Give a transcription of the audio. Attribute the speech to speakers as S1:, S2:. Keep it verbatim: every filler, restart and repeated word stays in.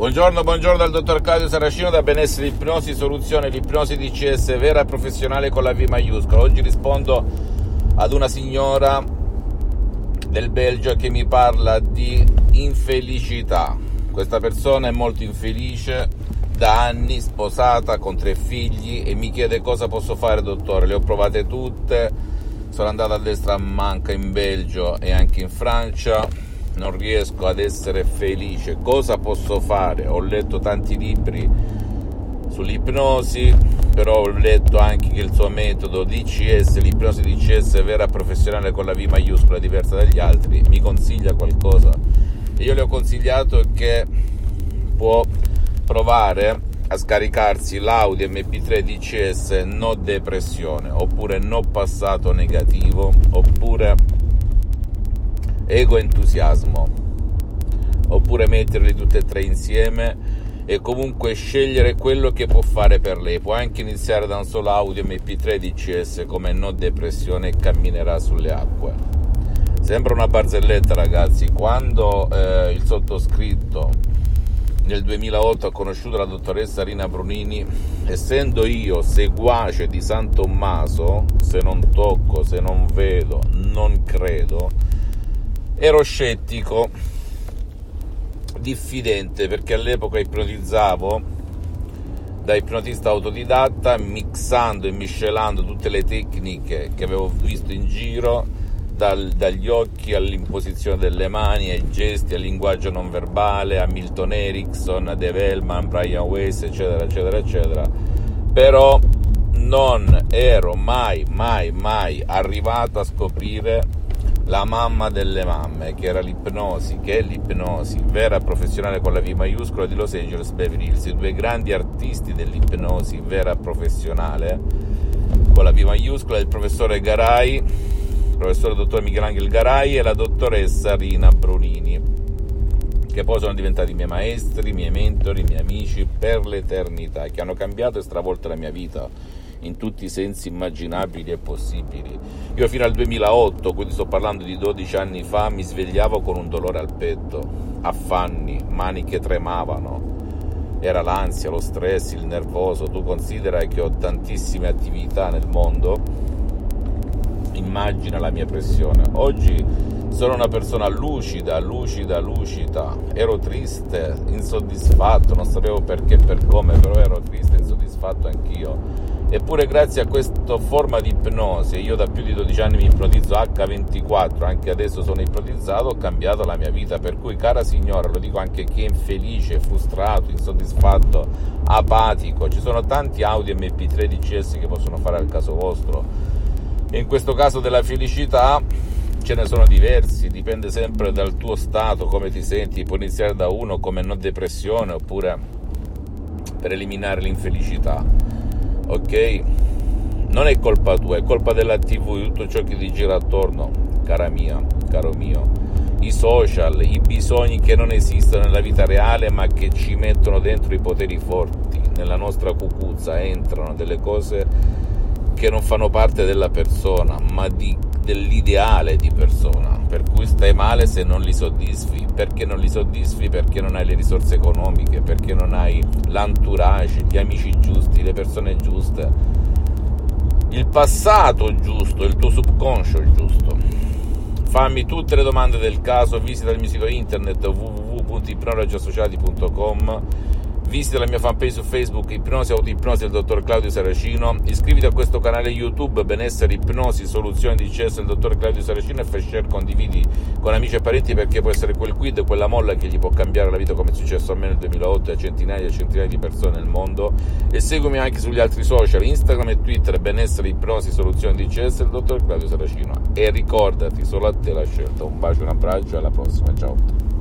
S1: Buongiorno, buongiorno dal dottor Claudio Saracino da Benessere Ipnosi Soluzione, l'ipnosi D C S vera e professionale con la V maiuscola. Oggi rispondo ad una signora del Belgio che mi parla di infelicità. Questa persona è molto infelice, da anni sposata con tre figli e mi chiede cosa posso fare, dottore. Le ho provate tutte, sono andato a destra a manca in Belgio e anche in Francia. Non riesco ad essere felice, cosa posso fare? Ho letto tanti libri sull'ipnosi, però ho letto anche che il suo metodo D C S, l'ipnosi D C S vera professionale con la V maiuscola, diversa dagli altri. Mi consiglia qualcosa? E io le ho consigliato che può provare a scaricarsi l'audio M P tre D C S no depressione, oppure no passato negativo, oppure ego entusiasmo, oppure metterli tutte e tre insieme e comunque scegliere quello che può fare per lei. Può anche iniziare da un solo audio M P tre D C S come no depressione e camminerà sulle acque. Sembra una barzelletta, ragazzi. Quando eh, il sottoscritto nel duemilaotto ha conosciuto la dottoressa Rina Brunini, essendo io seguace di San Tommaso, se non tocco, se non vedo, non credo, ero scettico, diffidente, perché all'epoca ipnotizzavo da ipnotista autodidatta, mixando e miscelando tutte le tecniche che avevo visto in giro, dal, dagli occhi all'imposizione delle mani, ai gesti, al linguaggio non verbale, a Milton Erickson, a Dave Hellman, Brian Weiss, eccetera, eccetera, eccetera. Però non ero mai, mai, mai arrivato a scoprire la mamma delle mamme, che era l'ipnosi, che è l'ipnosi vera professionale con la V maiuscola di Los Angeles Beverly Hills, i due grandi artisti dell'ipnosi vera professionale con la V maiuscola, il professore Garay, il professore dottor Michelangelo Garay e la dottoressa Rina Brunini, che poi sono diventati i miei maestri, i miei mentori, i miei amici per l'eternità, che hanno cambiato e stravolto la mia vita in tutti i sensi immaginabili e possibili. Io fino al duemilaotto, quindi sto parlando di dodici anni fa, mi svegliavo con un dolore al petto, affanni, mani che tremavano, era l'ansia, lo stress, il nervoso. Tu considera che ho tantissime attività nel mondo, immagina la mia pressione. Oggi sono una persona lucida, lucida, lucida. Ero triste, insoddisfatto, non sapevo perché e per come, però ero triste, insoddisfatto anch'io. Eppure grazie a questa forma di ipnosi, io da più di dodici anni mi ipnotizzo acca ventiquattro, anche adesso sono ipnotizzato, ho cambiato la mia vita. Per cui, cara signora, lo dico anche a chi è infelice, frustrato, insoddisfatto, apatico, ci sono tanti audio M P tre D C S che possono fare al caso vostro. E in questo caso della felicità ce ne sono diversi, dipende sempre dal tuo stato, come ti senti. Puoi iniziare da uno come no depressione, oppure per eliminare l'infelicità. Ok? Non è colpa tua, è colpa della tivù, di tutto ciò che ti gira attorno, cara mia, caro mio. I social, i bisogni che non esistono nella vita reale ma che ci mettono dentro i poteri forti, nella nostra cucuzza entrano delle cose che non fanno parte della persona, ma di, dell'ideale di persona, per cui stai male se non li soddisfi. Perché non li soddisfi? Perché non hai le risorse economiche, perché non hai l'entourage, gli amici giusti, le persone giuste, il passato giusto, il tuo subconscio giusto. Fammi tutte le domande del caso, visita il mio sito internet w w w punto ipnologiassociati punto com, visita la mia fanpage su Facebook Ipnosi Autoipnosi del dottor Claudio Saracino, iscriviti a questo canale YouTube Benessere Ipnosi Soluzione D C S del dottor Claudio Saracino e fai share, condividi con amici e parenti, perché può essere quel quid, quella molla che gli può cambiare la vita, come è successo a me nel duemilaotto e a centinaia e centinaia di persone nel mondo. E seguimi anche sugli altri social, Instagram e Twitter, Benessere Ipnosi Soluzione D C S del dottor Claudio Saracino. E ricordati, solo a te la scelta. Un bacio, un abbraccio e alla prossima, ciao.